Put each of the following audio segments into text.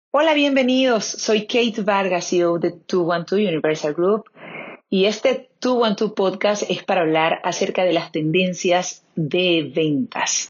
Hola, bienvenidos. Soy Kate Vargas, CEO de 212 Universal Group, y este 212 Podcast es para hablar acerca de las tendencias de ventas.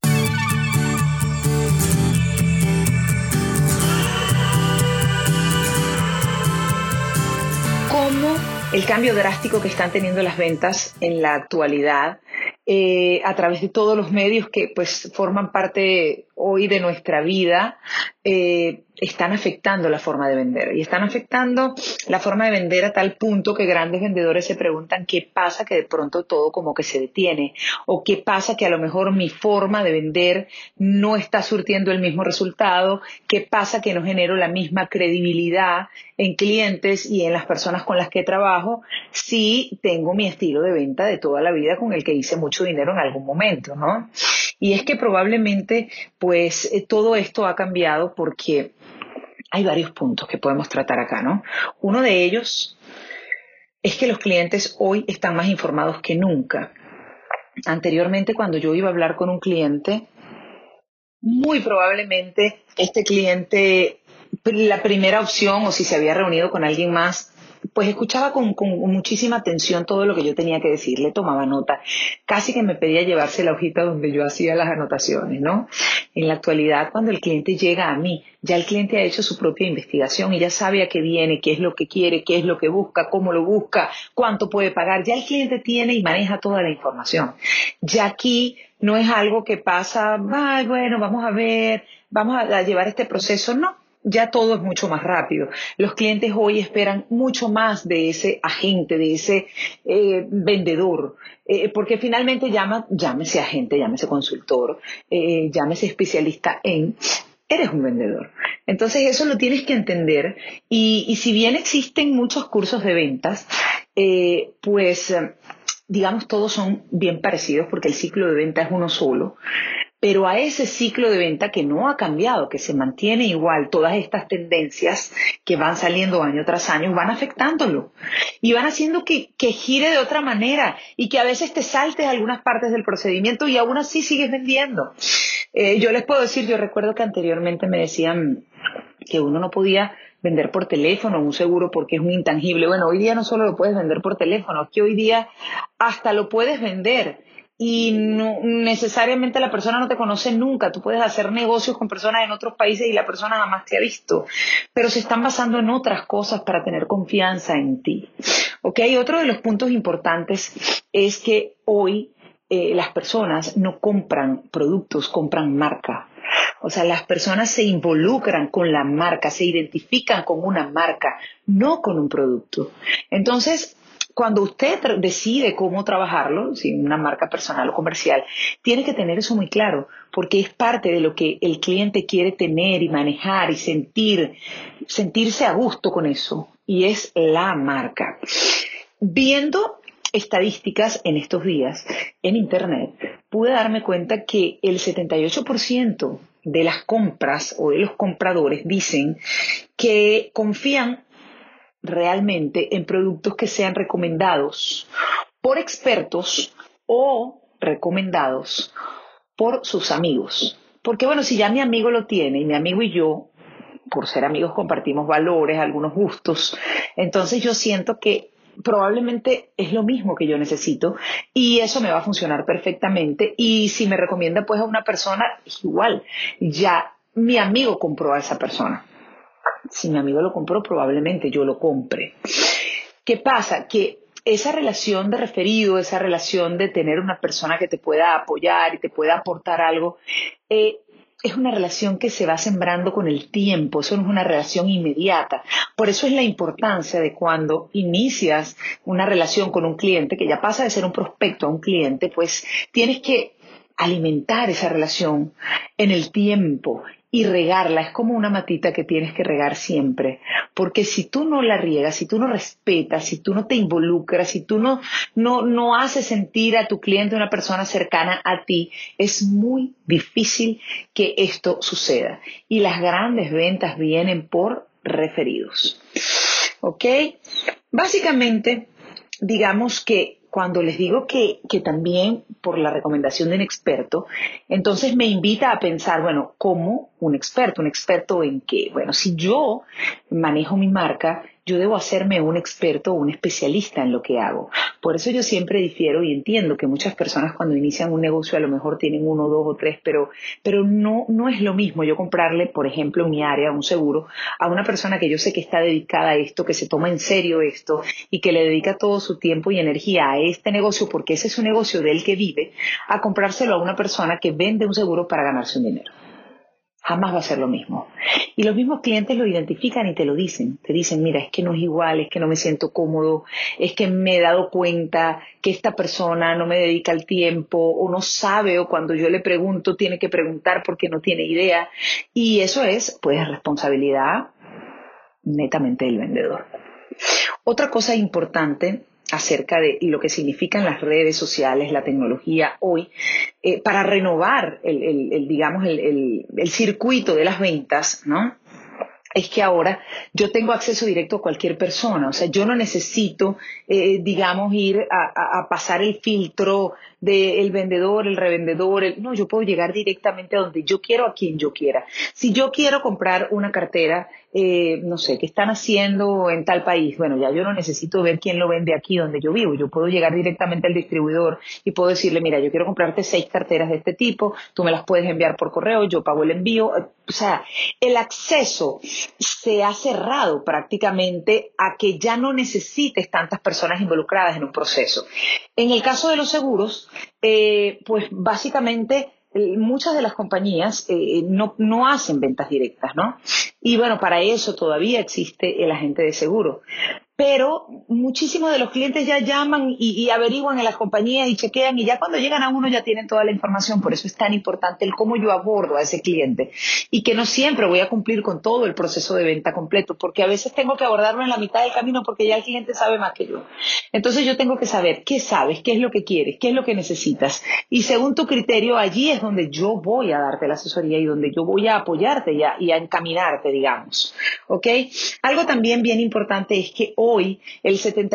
Cómo el cambio drástico que están teniendo las ventas en la actualidad a través de todos los medios que pues forman parte hoy de nuestra vida, están afectando la forma de vender y están afectando la forma de vender a tal punto que grandes vendedores se preguntan qué pasa, que de pronto todo como que se detiene, o qué pasa que a lo mejor mi forma de vender no está surtiendo el mismo resultado, qué pasa que no genero la misma credibilidad en clientes y en las personas con las que trabajo si tengo mi estilo de venta de toda la vida con el que hice mucho dinero en algún momento, ¿no? Y es que probablemente pues todo esto ha cambiado porque hay varios puntos que podemos tratar acá, ¿no? Uno de ellos es que los clientes hoy están más informados que nunca. Anteriormente, cuando yo iba a hablar con un cliente, muy probablemente este cliente, la primera opción, o si se había reunido con alguien más, pues escuchaba con muchísima atención todo lo que yo tenía que decirle, tomaba nota, casi que me pedía llevarse la hojita donde yo hacía las anotaciones, ¿no? En la actualidad, cuando el cliente llega a mí, ya el cliente ha hecho su propia investigación y ya sabe a qué viene, qué es lo que quiere, qué es lo que busca, cómo lo busca, cuánto puede pagar. Ya el cliente tiene y maneja toda la información. Ya aquí no es algo que pasa, ay, bueno, vamos a ver, vamos a llevar este proceso. No, ya todo es mucho más rápido. Los clientes hoy esperan mucho más de ese agente, de ese vendedor, porque finalmente llámese agente, llámese consultor, llámese especialista en... Eres un vendedor. Entonces eso lo tienes que entender y si bien existen muchos cursos de ventas, digamos todos son bien parecidos porque el ciclo de venta es uno solo. Pero a ese ciclo de venta que no ha cambiado, que se mantiene igual, todas estas tendencias que van saliendo año tras año van afectándolo y van haciendo que gire de otra manera y que a veces te saltes algunas partes del procedimiento y aún así sigues vendiendo. Yo les puedo decir, yo recuerdo que anteriormente me decían que uno no podía vender por teléfono un seguro porque es un intangible. Bueno, hoy día no solo lo puedes vender por teléfono, es que hoy día hasta lo puedes vender y no necesariamente la persona no te conoce nunca. Tú puedes hacer negocios con personas en otros países y la persona jamás te ha visto, pero se están basando en otras cosas para tener confianza en ti. ¿Ok? Otro de los puntos importantes es que hoy las personas no compran productos, compran marca. O sea, las personas se involucran con la marca, se identifican con una marca, no con un producto. Entonces, cuando usted decide cómo trabajarlo, si una marca personal o comercial, tiene que tener eso muy claro, porque es parte de lo que el cliente quiere tener y manejar y sentirse a gusto con eso, y es la marca. Viendo estadísticas en estos días en Internet, pude darme cuenta que el 78% de las compras o de los compradores dicen que confían realmente en productos que sean recomendados por expertos o recomendados por sus amigos. Porque bueno, si ya mi amigo lo tiene y mi amigo y yo, por ser amigos, compartimos valores, algunos gustos, entonces yo siento que probablemente es lo mismo que yo necesito y eso me va a funcionar perfectamente. Y si me recomienda pues a una persona, igual, ya mi amigo compró a esa persona. Si mi amigo lo compró, probablemente yo lo compre. ¿Qué pasa? Que esa relación de referido, esa relación de tener una persona que te pueda apoyar y te pueda aportar algo, es una relación que se va sembrando con el tiempo, eso no es una relación inmediata. Por eso es la importancia de cuando inicias una relación con un cliente, que ya pasa de ser un prospecto a un cliente, pues tienes que alimentar esa relación en el tiempo y regarla. Es como una matita que tienes que regar siempre, porque si tú no la riegas, si tú no respetas, si tú no te involucras, si tú no haces sentir a tu cliente una persona cercana a ti, es muy difícil que esto suceda. Y las grandes ventas vienen por referidos. ¿Ok? Básicamente, digamos que cuando les digo que también por la recomendación de un experto, entonces me invita a pensar, bueno, ¿cómo un experto? ¿Un experto en qué? Bueno, si yo manejo mi marca, yo debo hacerme un experto o un especialista en lo que hago. Por eso yo siempre difiero y entiendo que muchas personas cuando inician un negocio a lo mejor tienen uno, dos o tres, pero no es lo mismo yo comprarle, por ejemplo, en mi área, un seguro, a una persona que yo sé que está dedicada a esto, que se toma en serio esto y que le dedica todo su tiempo y energía a este negocio, porque ese es un negocio del que vive, a comprárselo a una persona que vende un seguro para ganarse un dinero. Jamás va a ser lo mismo. Y los mismos clientes lo identifican y te lo dicen. Te dicen, mira, es que no es igual, es que no me siento cómodo, es que me he dado cuenta que esta persona no me dedica el tiempo o no sabe, o cuando yo le pregunto tiene que preguntar porque no tiene idea. Y eso es, pues, responsabilidad netamente del vendedor. Otra cosa importante acerca de lo que significan las redes sociales, la tecnología hoy, para renovar digamos, el circuito de las ventas, ¿no? Es que ahora yo tengo acceso directo a cualquier persona, o sea, yo no necesito, digamos, ir a pasar el filtro del vendedor, el revendedor, no, yo puedo llegar directamente a donde yo quiero, a quien yo quiera. Si yo quiero comprar una cartera, no sé, ¿qué están haciendo en tal país? Bueno, ya yo no necesito ver quién lo vende aquí donde yo vivo, yo puedo llegar directamente al distribuidor y puedo decirle, mira, yo quiero comprarte 6 carteras de este tipo, tú me las puedes enviar por correo, yo pago el envío, o sea, el acceso se ha cerrado prácticamente a que ya no necesites tantas personas involucradas en un proceso. En el caso de los seguros, pues básicamente muchas de las compañías no hacen ventas directas, ¿no? Y bueno, para eso todavía existe el agente de seguro. Pero muchísimos de los clientes ya llaman y averiguan en las compañías y chequean, y ya cuando llegan a uno ya tienen toda la información. Por eso es tan importante el cómo yo abordo a ese cliente, y que no siempre voy a cumplir con todo el proceso de venta completo, porque a veces tengo que abordarlo en la mitad del camino porque ya el cliente sabe más que yo. Entonces yo tengo que saber qué sabes, qué es lo que quieres, qué es lo que necesitas, y según tu criterio allí es donde yo voy a darte la asesoría y donde yo voy a apoyarte y a encaminarte, digamos. ¿Ok? Algo también bien importante es que hoy el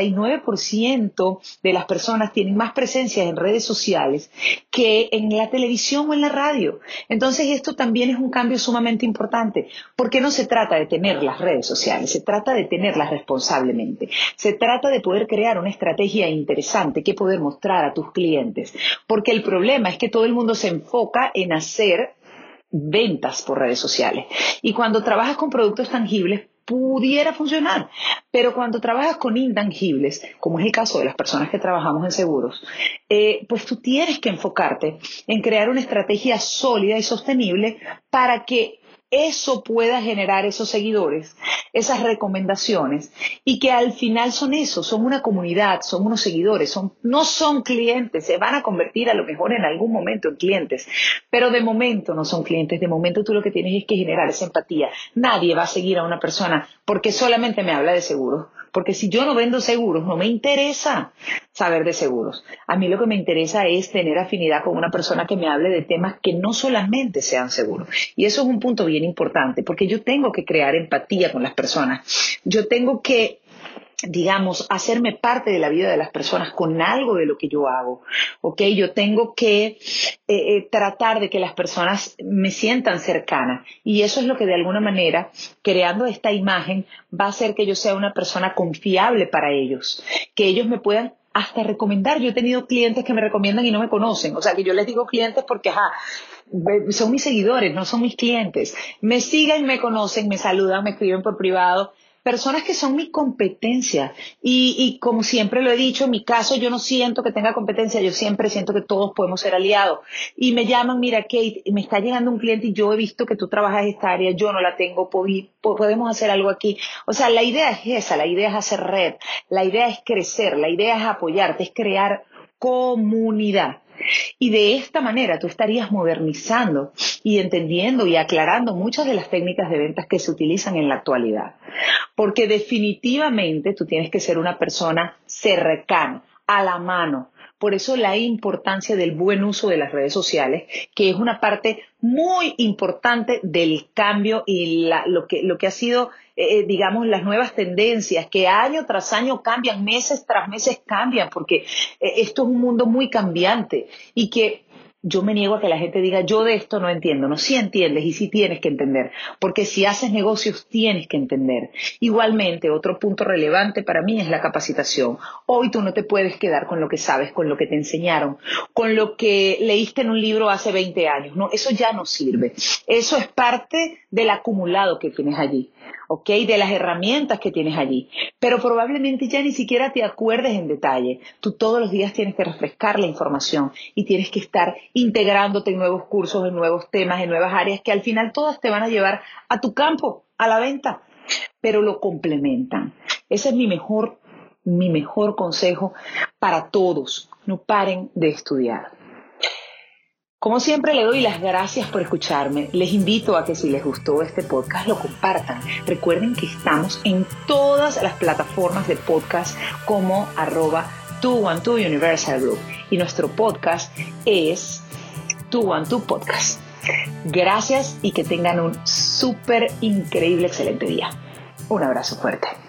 79% de las personas tienen más presencia en redes sociales que en la televisión o en la radio. Entonces esto también es un cambio sumamente importante, porque no se trata de tener las redes sociales, se trata de tenerlas responsablemente. Se trata de poder crear una estrategia interesante que poder mostrar a tus clientes, porque el problema es que todo el mundo se enfoca en hacer ventas por redes sociales. Y cuando trabajas con productos tangibles, pudiera funcionar, pero cuando trabajas con intangibles, como es el caso de las personas que trabajamos en seguros, pues tú tienes que enfocarte en crear una estrategia sólida y sostenible para que eso pueda generar esos seguidores, esas recomendaciones, y que al final son eso, son una comunidad, son unos seguidores, no son clientes, se van a convertir a lo mejor en algún momento en clientes, pero de momento no son clientes, de momento tú lo que tienes es que generar esa empatía. Nadie va a seguir a una persona porque solamente me habla de seguros, porque si yo no vendo seguros, no me interesa saber de seguros. A mí lo que me interesa es tener afinidad con una persona que me hable de temas que no solamente sean seguros. Y eso es un punto bien importante, porque yo tengo que crear empatía con las personas. Yo tengo que, digamos, hacerme parte de la vida de las personas con algo de lo que yo hago, ¿ok? Yo tengo que tratar de que las personas me sientan cercana, y eso es lo que de alguna manera, creando esta imagen, va a hacer que yo sea una persona confiable para ellos, que ellos me puedan hasta recomendar. Yo he tenido clientes que me recomiendan y no me conocen, o sea, que yo les digo clientes porque, son mis seguidores, no son mis clientes. Me siguen, me conocen, me saludan, me escriben por privado. Personas que son mi competencia, y como siempre lo he dicho, en mi caso yo no siento que tenga competencia, yo siempre siento que todos podemos ser aliados, y me llaman, mira Kate, me está llegando un cliente y yo he visto que tú trabajas esta área, yo no la tengo, podemos hacer algo aquí. O sea, la idea es esa, la idea es hacer red, la idea es crecer, la idea es apoyarte, es crear comunidad. Y de esta manera tú estarías modernizando y entendiendo y aclarando muchas de las técnicas de ventas que se utilizan en la actualidad. Porque definitivamente tú tienes que ser una persona cercana, a la mano, Por eso la importancia del buen uso de las redes sociales, que es una parte muy importante del cambio y lo que ha sido, digamos, las nuevas tendencias, que año tras año cambian, meses tras meses cambian, porque esto es un mundo muy cambiante y que yo me niego a que la gente diga, yo de esto no entiendo. No, sí entiendes y sí tienes que entender, porque si haces negocios tienes que entender. Igualmente, otro punto relevante para mí es la capacitación. Hoy tú no te puedes quedar con lo que sabes, con lo que te enseñaron, con lo que leíste en un libro hace 20 años. No, eso ya no sirve. Eso es parte del acumulado que tienes allí, ¿ok? De las herramientas que tienes allí. Pero probablemente ya ni siquiera te acuerdes en detalle. Tú todos los días tienes que refrescar la información y tienes que estar integrándote en nuevos cursos, en nuevos temas, en nuevas áreas que al final todas te van a llevar a tu campo, a la venta, pero lo complementan. Ese es mi mejor consejo para todos. No paren de estudiar. Como siempre, le doy las gracias por escucharme. Les invito a que si les gustó este podcast lo compartan. Recuerden que estamos en todas las plataformas de podcast como @212 Universal Group y nuestro podcast es 212 Podcast. Gracias y que tengan un súper increíble, excelente día. Un abrazo fuerte.